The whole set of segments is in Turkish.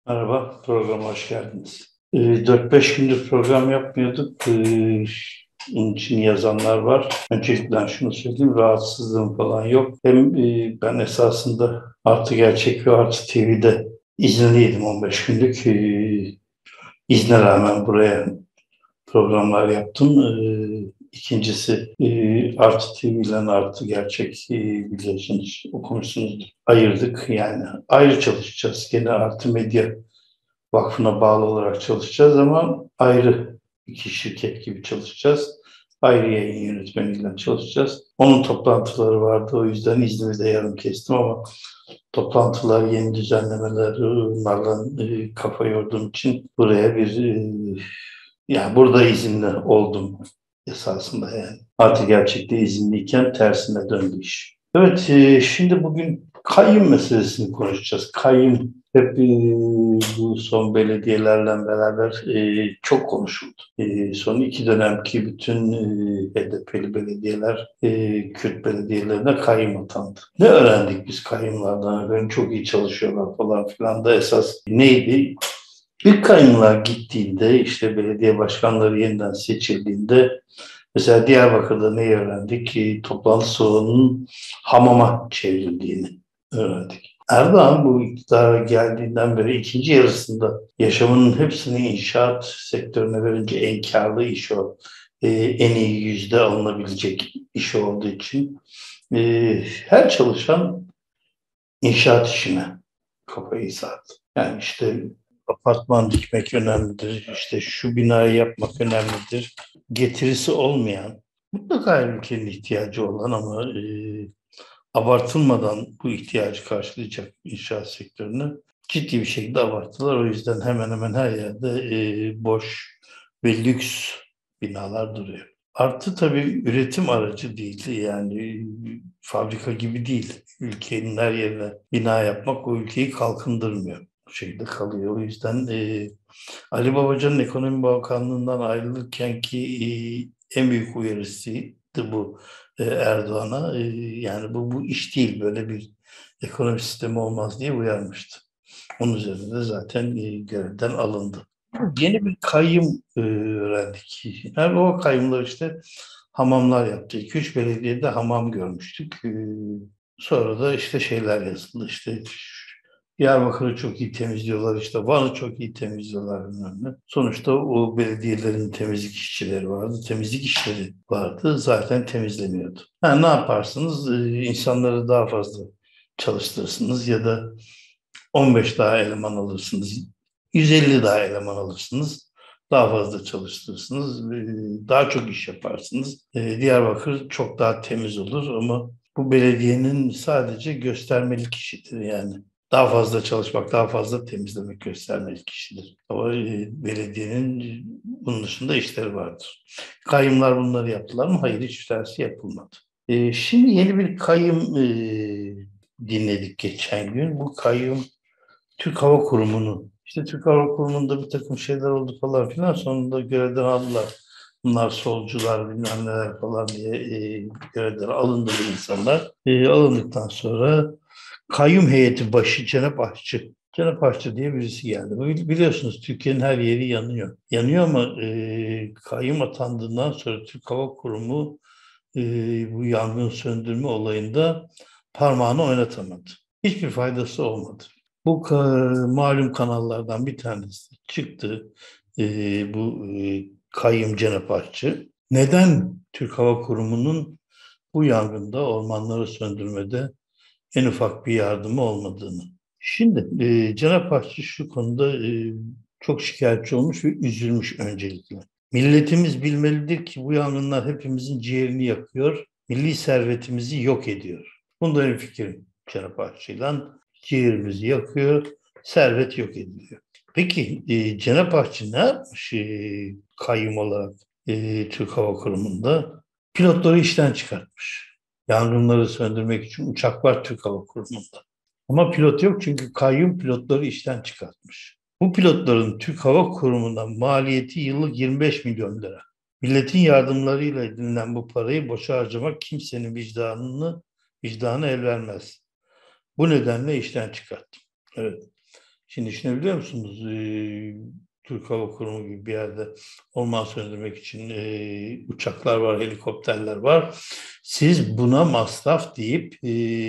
Merhaba, programa hoş geldiniz. 4-5 gündür program yapmıyorduk. Onun için yazanlar var. Öncelikle şunu söyleyeyim, rahatsızlığım falan yok. Hem ben esasında Artı Gerçek ve Artı TV'de izinliydim 15 günlük. İzne rağmen buraya programlar yaptım. İkincisi Artı TV ile Artı Gerçek biliyorsunuz, okumuşsunuzdur. Ayırdık yani. Ayrı çalışacağız. Gene Artı Medya Vakfı'na bağlı olarak çalışacağız ama ayrı iki şirket gibi çalışacağız. Ayrı yayın yönetmeniyle çalışacağız. Onun toplantıları vardı. O yüzden iznimi de yarım kestim ama toplantılar, yeni düzenlemeler, bunlarla kafa yorduğum için buraya yani burada izinli oldum esasında yani. Artık gerçekte izinliyken tersine döndü iş. Evet, şimdi bugün kayyum meselesini konuşacağız. Kayyum hep bu son belediyelerle beraber çok konuşuldu. Son iki dönemki bütün HDP'li belediyeler, Kürt belediyelerine kayyum atandı. Ne öğrendik biz kayyumlardan? Ben çok iyi çalışıyorlar falan filan da esas neydi? İlk kayyumlar gittiğinde işte belediye başkanları yeniden seçildiğinde mesela Diyarbakır'da ne öğrendik ki toplantı salonunun hamama çevrildiğini öğrendik. Erdoğan bu iktidara geldiğinden beri ikinci yarısında yaşamının hepsini inşaat sektörüne verince en karlı iş o. En iyi yüzde alınabilecek iş olduğu için her çalışan inşaat işine kafayı sardı. Yani işte apartman dikmek önemlidir, işte şu binayı yapmak önemlidir. Getirisi olmayan, mutlaka her ülkenin ihtiyacı olan ama abartılmadan bu ihtiyacı karşılayacak inşaat sektörünü ciddi bir şekilde abarttılar. O yüzden hemen hemen her yerde boş ve lüks binalar duruyor. Artı tabii üretim aracı değil, yani fabrika gibi değil. Ülkenin her yerine bina yapmak o ülkeyi kalkındırmıyor. Bu şekilde kalıyor. O yüzden Ali Babacan'ın Ekonomi Bakanlığı'ndan ayrılırken ki en büyük uyarısıydı bu Erdoğan'a. Yani bu iş değil, böyle bir ekonomi sistemi olmaz diye uyarmıştı. Onun üzerinde zaten görevden alındı. Yeni bir kayyum öğrendik. Yani o kayyumlar işte hamamlar yaptı. 2-3 belediyede hamam görmüştük. Sonra da işte şeyler yazıldı. İşte Diyarbakır'ı çok iyi temizliyorlar, işte Van'ı çok iyi temizliyorlar bilmem ne. Sonuçta o belediyelerin temizlik işçileri vardı. Temizlik işleri vardı. Zaten temizleniyordu. Yani ne yaparsınız? İnsanları daha fazla çalıştırırsınız ya da 15 daha eleman alırsınız. 150 daha eleman alırsınız. Daha fazla çalıştırırsınız. Daha çok iş yaparsınız. Diyarbakır çok daha temiz olur ama bu belediyenin sadece göstermelik işidir yani. Daha fazla çalışmak, daha fazla temizlemek göstermelik işidir. Ama belediyenin bunun dışında işleri vardır. Kayyumlar bunları yaptılar mı? Hayır, hiç tanesi yapılmadı. Şimdi yeni bir kayyum dinledik geçen gün. Bu kayyum Türk Hava Kurumu'nu. İşte Türk Hava Kurumu'nda bir takım şeyler oldu falan filan. Sonunda görevden aldılar. Bunlar solcular bilmem neler falan diye görevden alındı bu insanlar. Alındıktan sonra kayyum heyeti başı Cenap Aşçı. Cenap Aşçı diye birisi geldi. Biliyorsunuz Türkiye'nin her yeri yanıyor. Yanıyor ama kayyum atandığından sonra Türk Hava Kurumu e, bu yangın söndürme olayında parmağını oynatamadı. Hiçbir faydası olmadı. Bu malum kanallardan bir tanesi çıktı. Bu Kayyum Cenap Aşçı. Neden Türk Hava Kurumu'nun bu yangında ormanları söndürmede en ufak bir yardımı olmadığını. Şimdi Cenap Aşçı şu konuda çok şikayetçi olmuş ve üzülmüş öncelikle. Milletimiz bilmelidir ki bu yangınlar hepimizin ciğerini yakıyor, milli servetimizi yok ediyor. Bunda hemfikirim Cenap Aşçı'yla. Ciğerimizi yakıyor, servet yok ediliyor. Peki Cenap Aşçı ne yapmış kayyum olarak Türk Hava Kurumu'nda? Pilotları işten çıkartmış. Yangınları söndürmek için uçak var Türk Hava Kurumu'nda. Ama pilot yok çünkü kayyum pilotları işten çıkartmış. Bu pilotların Türk Hava Kurumu'ndan maliyeti yıllık 25 milyon lira. Milletin yardımlarıyla edinilen bu parayı boşa harcamak kimsenin vicdanı el vermez. Bu nedenle işten çıkarttım. Evet. Şimdi düşünebiliyor musunuz? Türk Hava Kurumu gibi bir yerde orman söndürmek için uçaklar var, helikopterler var. Siz buna masraf deyip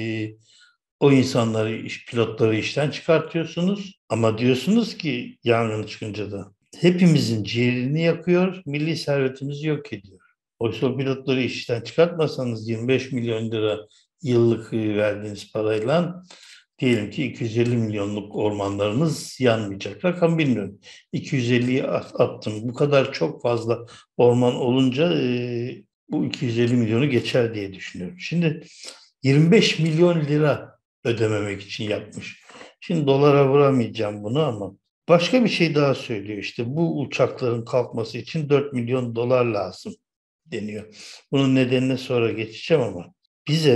o insanları, pilotları işten çıkartıyorsunuz. Ama diyorsunuz ki yangın çıkınca da hepimizin ciğerini yakıyor, milli servetimizi yok ediyor. Oysa o pilotları işten çıkartmasanız 25 milyon lira yıllık verdiğiniz parayla diyelim ki 250 milyonluk ormanlarınız yanmayacak. Rakam bilmiyorum. 250'yi attım. Bu kadar çok fazla orman olunca bu 250 milyonu geçer diye düşünüyorum. Şimdi 25 milyon lira ödememek için yapmış. Şimdi dolara vuramayacağım bunu ama başka bir şey daha söylüyor. İşte bu uçakların kalkması için 4 milyon dolar lazım deniyor. Bunun nedenine sonra geçeceğim ama bize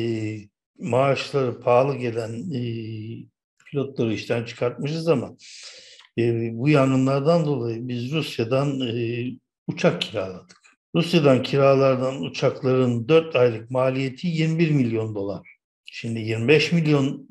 maaşları pahalı gelen pilotları işten çıkartmışız ama bu yangınlardan dolayı biz Rusya'dan uçak kiraladık. Rusya'dan kiralardan uçakların 4 aylık maliyeti 21 milyon dolar. Şimdi 25 milyon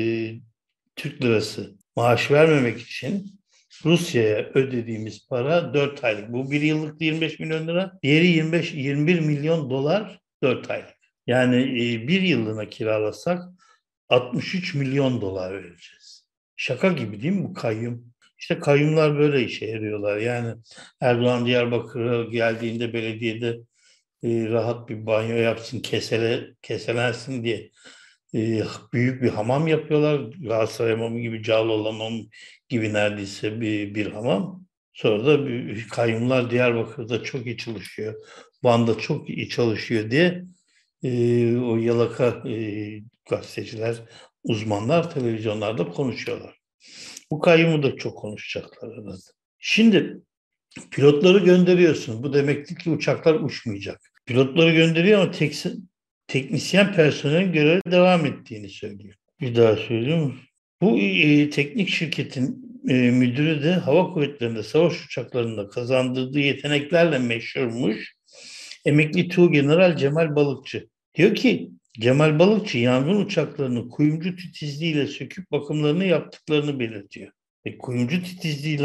Türk lirası maaş vermemek için Rusya'ya ödediğimiz para 4 aylık. Bu bir yıllık 25 milyon lira. Diğeri 21 milyon dolar 4 aylık. Yani bir yıllığına kiralasak 63 milyon dolar vereceğiz. Şaka gibi değil mi bu kayyum? İşte kayyumlar böyle işe yarıyorlar. Yani Erdoğan Diyarbakır'a geldiğinde belediyede rahat bir banyo yapsın, keselensin diye büyük bir hamam yapıyorlar. Galatasaray hamamı gibi, Cağaloğlu hamamı gibi neredeyse bir hamam. Sonra da kayyumlar Diyarbakır'da çok iyi çalışıyor, Van'da çok iyi çalışıyor diye o yalaka gazeteciler, uzmanlar televizyonlarda konuşuyorlar. Bu kayyumu da çok konuşacaklar herhalde. Şimdi pilotları gönderiyorsun. Bu demektir ki uçaklar uçmayacak. Pilotları gönderiyor ama teknisyen personelin görevi devam ettiğini söylüyor. Bir daha söyleyeyim. Bu teknik şirketin müdürü de hava kuvvetlerinde savaş uçaklarında kazandırdığı yeteneklerle meşhurmuş. Emekli Tuğgeneral Cemal Balıkçı. Diyor ki Cemal Balıkçı yangın uçaklarını kuyumcu titizliğiyle söküp bakımlarını yaptıklarını belirtiyor. Kuyumcu titizliğiyle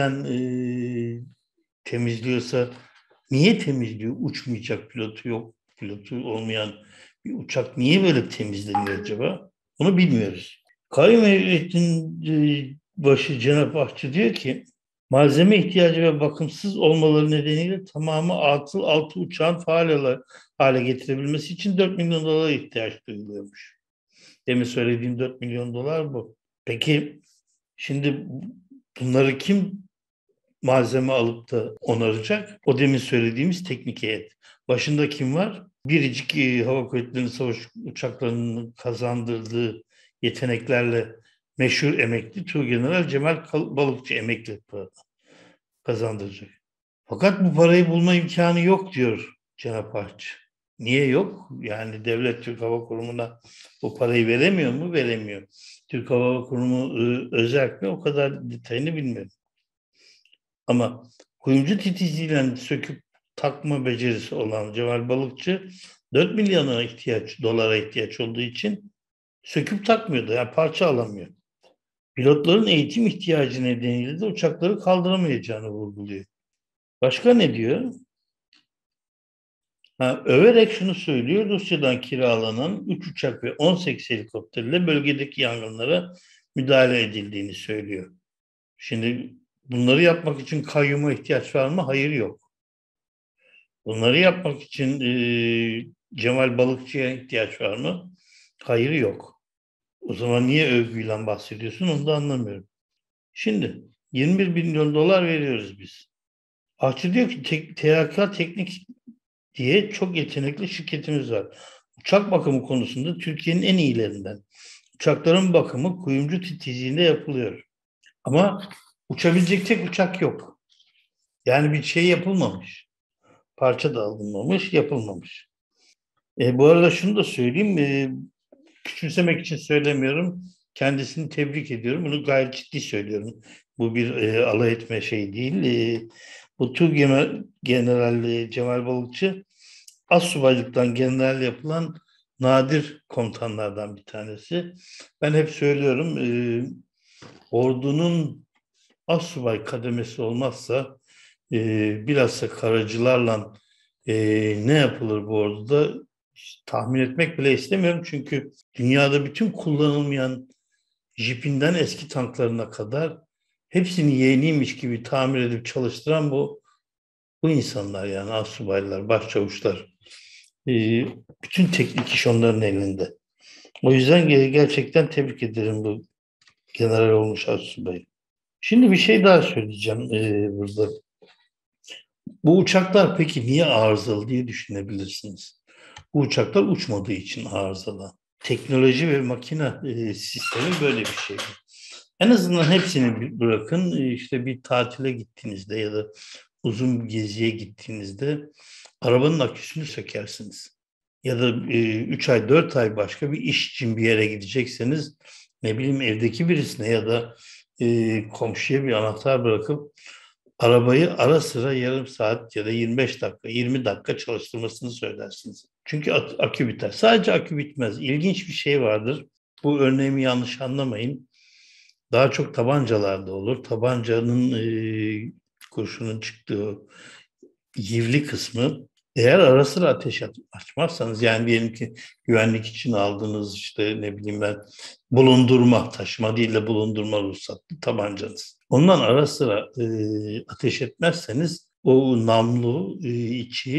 temizliyorsa niye temizliyor? Uçmayacak pilotu yok. Pilotu olmayan bir uçak niye böyle temizleniyor acaba? Onu bilmiyoruz. Kayyum Heyeti'nin başı Cenap Ahçı diyor ki malzeme ihtiyacı ve bakımsız olmaları nedeniyle tamamı atıl altı uçağın faal hale getirebilmesi için 4 milyon dolara ihtiyaç duyuluyormuş. Demin söylediğim 4 milyon dolar bu. Peki şimdi bunları kim malzeme alıp da onaracak? O demin söylediğimiz teknik heyet. Başında kim var? Biricik Hava Kuvvetleri'nin savaş uçaklarının kazandırdığı yeteneklerle meşhur emekli Tuğgeneral Cemal Balıkçı emekli kazandıracak. Fakat bu parayı bulma imkanı yok diyor Cenap Artçı. Niye yok? Yani devlet Türk Hava Kurumu'na bu parayı veremiyor mu? Veremiyor. Türk Hava Kurumu özel mi? O kadar detayını bilmiyorum. Ama kuyumcu titizliğiyle söküp takma becerisi olan Cemal Balıkçı 4 milyona dolara ihtiyaç olduğu için söküp takmıyordu. Yani parça alamıyor. Pilotların eğitim ihtiyacı nedeniyle de uçakları kaldıramayacağını vurguluyor. Başka ne diyor? Överek şunu söylüyor. Rusya'dan kiralanan 3 uçak ve 18 helikopterle bölgedeki yangınlara müdahale edildiğini söylüyor. Şimdi bunları yapmak için kayyuma ihtiyaç var mı? Hayır, yok. Bunları yapmak için Cemal Balıkçı'ya ihtiyaç var mı? Hayır, yok. O zaman niye övgüyle bahsediyorsun onu da anlamıyorum. Şimdi 21 milyon dolar veriyoruz biz. Ahçı diyor ki THK Teknik diye çok yetenekli şirketimiz var. Uçak bakımı konusunda Türkiye'nin en iyilerinden. Uçakların bakımı kuyumcu titizliğinde yapılıyor. Ama uçabilecek tek uçak yok. Yani bir şey yapılmamış. Parça da alınmamış, yapılmamış. Bu arada şunu da söyleyeyim. Küçümsemek için söylemiyorum. Kendisini tebrik ediyorum. Bunu gayet ciddi söylüyorum. Bu bir alay etme şey değil. Bu General Cemal Balıkçı astsubaylıktan general yapılan nadir komutanlardan bir tanesi. Ben hep söylüyorum ordunun astsubay kademesi olmazsa bilhassa karacılarla ne yapılır bu orduda tahmin etmek bile istemiyorum. Çünkü dünyada bütün kullanılmayan jipinden eski tanklarına kadar hepsini yeğeniymiş gibi tamir edip çalıştıran bu insanlar, yani astsubaylar, başçavuşlar. Bütün teknik iş onların elinde. O yüzden gerçekten tebrik ederim bu general olmuş astsubayı. Şimdi bir şey daha söyleyeceğim burada. Bu uçaklar peki niye arızalı diye düşünebilirsiniz. Bu uçaklar uçmadığı için arızalı. Teknoloji ve makine sistemi böyle bir şey. En azından hepsini bırakın. İşte bir tatile gittiğinizde ya da uzun bir geziye gittiğinizde arabanın aküsünü sökersiniz. Ya da 3 ay 4 ay başka bir iş için bir yere gidecekseniz, ne bileyim, evdeki birisine ya da komşuya bir anahtar bırakıp arabayı ara sıra yarım saat ya da 25 dakika, 20 dakika çalıştırmasını söylersiniz. Çünkü akü biter. Sadece akü bitmez. İlginç bir şey vardır. Bu örneğimi yanlış anlamayın. Daha çok tabancalarda olur. Tabancanın kurşunun çıktığı yivli kısmı, eğer ara sıra ateş açmazsanız, yani diyelim ki güvenlik için aldığınız, işte ne bileyim ben, bulundurma, taşıma değil de bulundurma ruhsatlı tabancanız. Ondan ara sıra ateş etmezseniz o namlu içi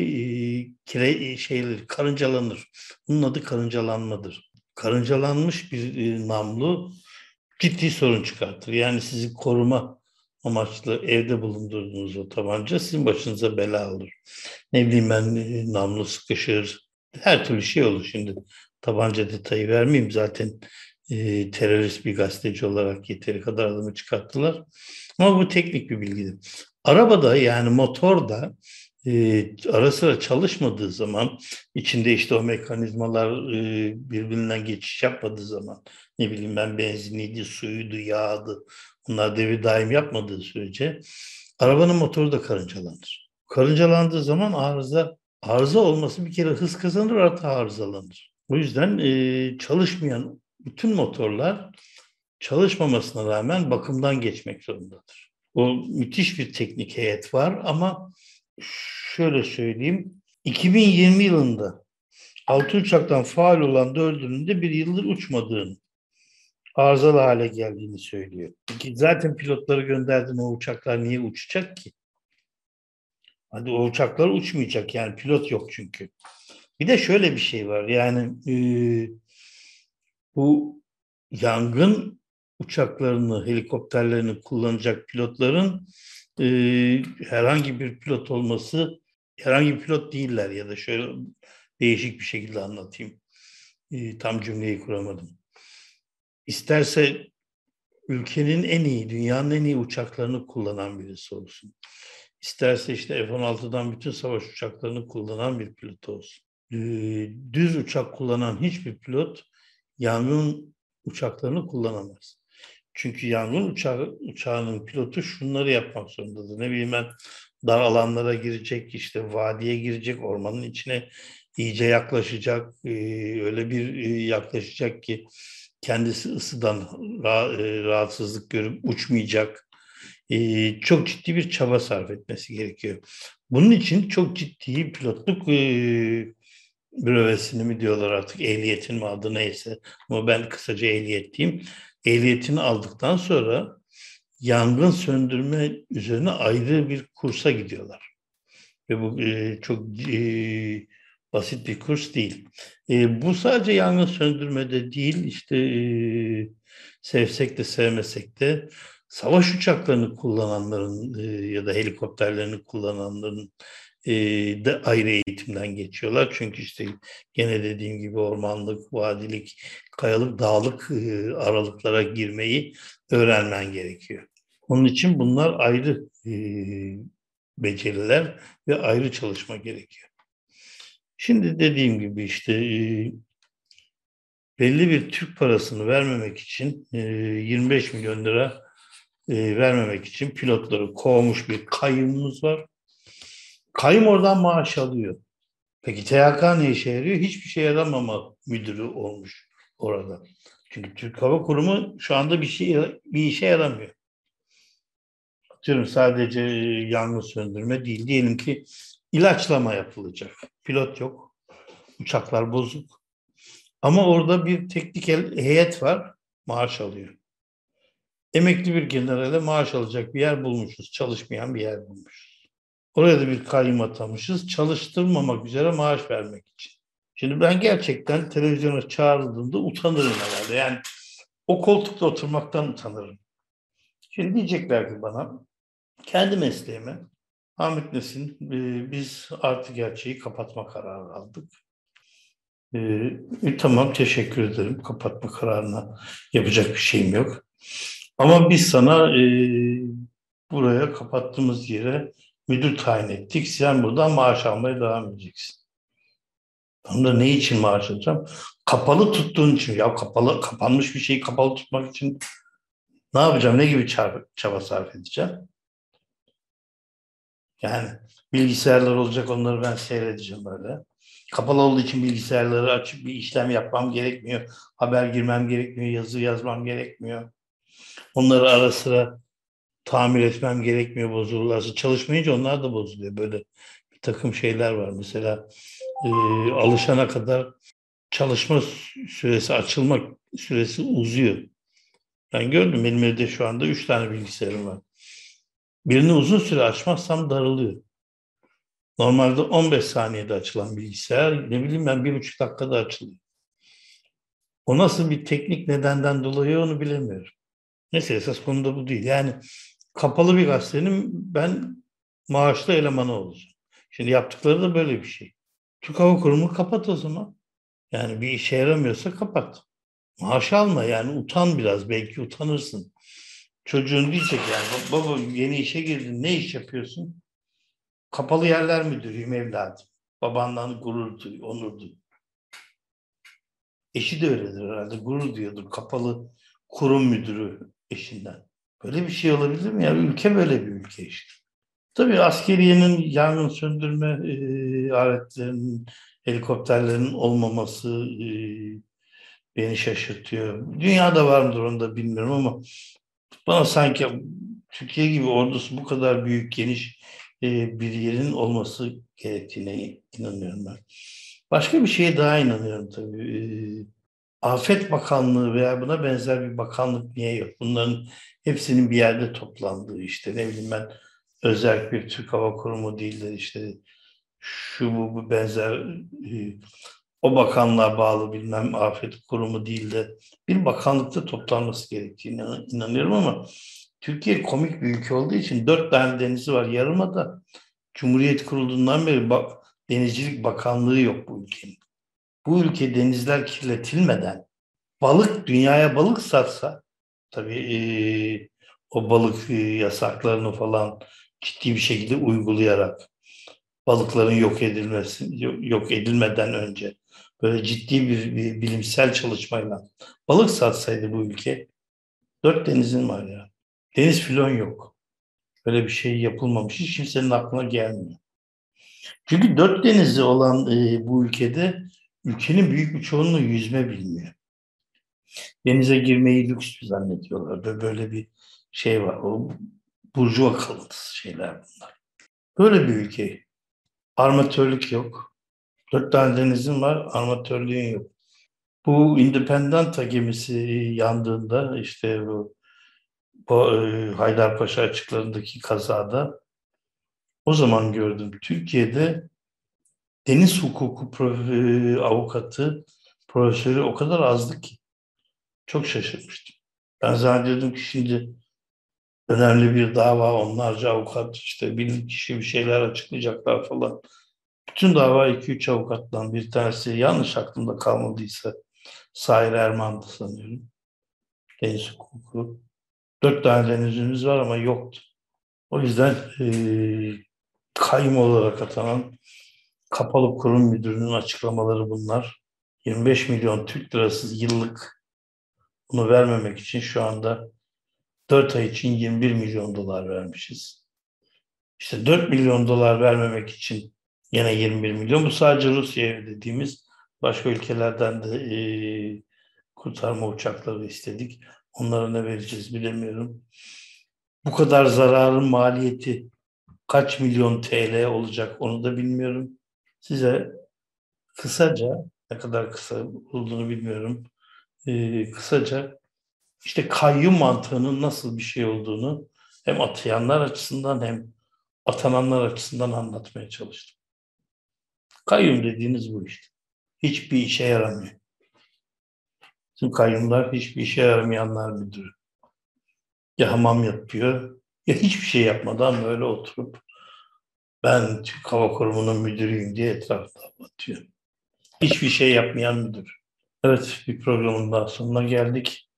şeyleri karıncalanır. Bunun adı karıncalanmadır. Karıncalanmış bir namlu ciddi sorun çıkartır. Yani sizi koruma amaçlı evde bulundurduğunuz o tabanca sizin başınıza bela olur. Ne bileyim ben, namlu sıkışır, her türlü şey olur. Şimdi tabanca detayı vermeyeyim, zaten terörist bir gazeteci olarak yeteri kadar adamı çıkarttılar. Ama bu teknik bir bilgidir. Arabada, yani motorda ara sıra çalışmadığı zaman, içinde işte o mekanizmalar birbirinden geçiş yapmadığı zaman, ne bileyim ben, benziniydi, suyuydu, yağdı, bunlar devir daim yapmadığı sürece arabanın motoru da karıncalanır. Karıncalandığı zaman arıza olması bir kere hız kazanır, artı arızalanır. O yüzden çalışmayan bütün motorlar çalışmamasına rağmen bakımdan geçmek zorundadır. O müthiş bir teknik heyet var ama şöyle söyleyeyim, 2020 yılında 6 uçaktan faal olan 4'ünün de bir yıldır uçmadığını, arızalı hale geldiğini söylüyor. Peki zaten pilotları gönderdin, o uçaklar niye uçacak ki? Hadi o uçaklar uçmayacak, yani pilot yok çünkü. Bir de şöyle bir şey var, yani bu yangın uçaklarını, helikopterlerini kullanacak pilotların herhangi bir pilot olması, herhangi bir pilot değiller, ya da şöyle değişik bir şekilde anlatayım. Tam cümleyi kuramadım. İsterse ülkenin en iyi, dünyanın en iyi uçaklarını kullanan birisi olsun. İsterse işte F-16'dan bütün savaş uçaklarını kullanan bir pilot olsun. Düz uçak kullanan hiçbir pilot yangın uçaklarını kullanamaz. Çünkü yangın uçağının pilotu şunları yapmak zorundadır. Ne bileyim ben, dar alanlara girecek, işte vadiye girecek, ormanın içine iyice yaklaşacak, öyle bir yaklaşacak ki kendisi ısıdan rahatsızlık görüp uçmayacak. Çok ciddi bir çaba sarf etmesi gerekiyor. Bunun için çok ciddi pilotluk brevesini mi diyorlar artık, ehliyetin mi, adı neyse. Ama ben kısaca ehliyet diyeyim. Ehliyetini aldıktan sonra yangın söndürme üzerine ayrı bir kursa gidiyorlar. Ve bu çok basit bir kurs değil. Bu sadece yangın söndürmede değil, işte sevsek de sevmesek de savaş uçaklarını kullananların ya da helikopterlerini kullananların de ayrı eğitimden geçiyorlar. Çünkü işte gene dediğim gibi ormanlık, vadilik, kayalık, dağlık aralıklara girmeyi öğrenmen gerekiyor. Onun için bunlar ayrı beceriler ve ayrı çalışma gerekiyor. Şimdi dediğim gibi işte belli bir Türk parasını vermemek için 25 milyon lira vermemek için pilotları kovmuş bir kayyumumuz var. Kayyum oradan maaş alıyor. Peki THK ne işe yarıyor? Hiçbir şeye yaramama müdürü olmuş orada. Çünkü Türk Hava Kurumu şu anda bir işe yaramıyor. Atıyorum sadece yangın söndürme değil. Diyelim ki ilaçlama yapılacak. Pilot yok. Uçaklar bozuk. Ama orada bir teknik heyet var. Maaş alıyor. Emekli bir generale maaş alacak bir yer bulmuşuz. Çalışmayan bir yer bulmuşuz. Oraya da bir kayyum atamışız. Çalıştırmamak üzere maaş vermek için. Şimdi ben gerçekten televizyona çağrıldığımda utanırım herhalde. Yani o koltukta oturmaktan utanırım. Şimdi diyecekler ki bana, kendi mesleğime, Ahmet Nesin, biz Artı Gerçeği kapatma kararı aldık. Tamam, teşekkür ederim. Kapatma kararına yapacak bir şeyim yok. Ama biz sana buraya kapattığımız yere müdür tayin ettik. Sen buradan maaş almaya devam edeceksin. Onda ne için maaş alacağım? Kapalı tuttuğun için. Ya kapanmış bir şeyi kapalı tutmak için ne yapacağım? Ne gibi çaba sarf edeceğim? Yani bilgisayarlar olacak, onları ben seyredeceğim böyle. Kapalı olduğu için bilgisayarları açıp bir işlem yapmam gerekmiyor. Haber girmem gerekmiyor, yazı yazmam gerekmiyor. Onları ara sıra tamir etmem gerekmiyor bozulurlarsa. Çalışmayınca onlar da bozuluyor. Böyle bir takım şeyler var. Mesela alışana kadar çalışma süresi, açılma süresi uzuyor. Ben gördüm, benim evde şu anda 3 tane bilgisayarım var. Birini uzun süre açmazsam daralıyor. Normalde 15 saniyede açılan bilgisayar, ne bileyim ben 1,5 dakikada açılıyor. O nasıl bir teknik nedenden dolayı onu bilemiyorum. Neyse, esas konu da bu değil. Yani kapalı bir gazetenin ben maaşlı elemanı olacağım. Şimdi yaptıkları da böyle bir şey. Türk Hava Kurumu kapat o zaman. Yani bir işe yaramıyorsa kapat. Maaş alma, yani utan biraz, belki utanırsın. Çocuğun diyecek yani, baba yeni işe girdin, ne iş yapıyorsun? Kapalı yerler müdürüyüm evladım. Babandan gurur duy, onur duy. Eşi de öyledir herhalde, gurur duyuyordur kapalı kurum müdürü eşinden. Böyle bir şey olabilir mi ya? Ülke böyle bir ülke işte. Tabii askeriyenin yangın söndürme aletlerinin, helikopterlerin olmaması beni şaşırtıyor. Dünyada var mıdır onu da bilmiyorum ama bana sanki Türkiye gibi ordusu bu kadar büyük, geniş bir yerin olması gerektiğine inanıyorum ben. Başka bir şeye daha inanıyorum tabii. Afet Bakanlığı veya buna benzer bir bakanlık niye yok? Bunların hepsinin bir yerde toplandığı, işte ne bileyim ben, özel bir Türk Hava Kurumu değil de işte şu bu benzer o bakanlığa bağlı bilmem afet kurumu değil de bir bakanlıkta toplanması gerektiğine inanıyorum ama Türkiye komik bir ülke olduğu için 4 tane denizi var. Yarımada Cumhuriyet kurulduğundan beri Denizcilik Bakanlığı yok bu ülkenin. Bu ülke denizler kirletilmeden dünyaya balık satsa, tabii o balık yasaklarını falan ciddi bir şekilde uygulayarak, balıkların yok edilmeden önce böyle ciddi bir bilimsel çalışmayla balık satsaydı bu ülke, 4 denizin var ya. Deniz filon yok. Böyle bir şey yapılmamış. Hiç kimsenin aklına gelmiyor. Çünkü 4 denizi olan bu ülkede ülkenin büyük bir çoğunluğu yüzme bilmiyor. Denize girmeyi lüks zannediyorlar. Böyle bir şey var. O burjuva kalıntısı şeyler bunlar. Böyle bir ülke. Armatörlük yok. 4 tane denizin var, armatörlüğün yok. Bu Independenta gemisi yandığında, işte bu Haydarpaşa açıklarındaki kazada, o zaman gördüm. Türkiye'de deniz hukuku avukatı, profesörü o kadar azdı ki çok şaşırmıştım. Ben zannediyordum ki şimdi önemli bir dava, onlarca avukat, işte bilirkişi bir şeyler açıklayacaklar falan. Bütün dava 2-3 avukattan, bir tanesi yanlış aklımda kalmadıysa Sahir Erman'dı sanıyorum. Deniz hukuku. 4 tane denizimiz var ama yoktu. O yüzden kayyum olarak atanan kapalı kurum müdürünün açıklamaları bunlar. 25 milyon Türk lirası yıllık, bunu vermemek için şu anda 4 ay için 21 milyon dolar vermişiz. İşte 4 milyon dolar vermemek için yine 21 milyon. Bu sadece Rusya'ya dediğimiz, başka ülkelerden de kurtarma uçakları istedik. Onlara ne vereceğiz bilemiyorum. Bu kadar zararın maliyeti kaç milyon TL olacak onu da bilmiyorum. Size kısaca, ne kadar kısa olduğunu bilmiyorum. Kısaca işte kayyum mantığının nasıl bir şey olduğunu hem atayanlar açısından hem atananlar açısından anlatmaya çalıştım. Kayyum dediğiniz bu işte. Hiçbir işe yaramıyor. Tüm kayyumlar hiçbir işe yaramayanlar müdürü. Ya hamam yapıyor ya hiçbir şey yapmadan böyle oturup ben Türk Hava Kurumu'nun müdürüyüm diye etrafta anlatıyor. Hiçbir şey yapmayan müdür. Evet, bir programın daha sonuna geldik.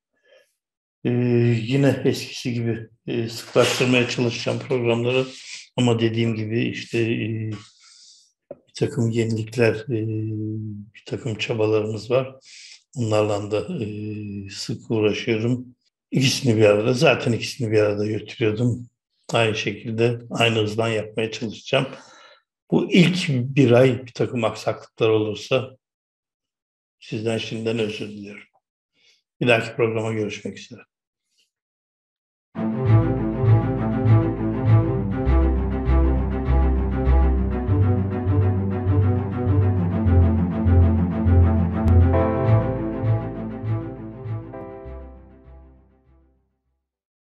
Yine eskisi gibi sıklaştırmaya çalışacağım programları. Ama dediğim gibi işte bir takım yenilikler, bir takım çabalarımız var. Onlarla da sık uğraşıyorum. İkisini bir arada, zaten ikisini bir arada götürüyordum. Aynı şekilde, aynı hızdan yapmaya çalışacağım. Bu ilk bir ay bir takım aksaklıklar olursa sizden şimdiden özür diliyorum. Bir dahaki programa görüşmek üzere.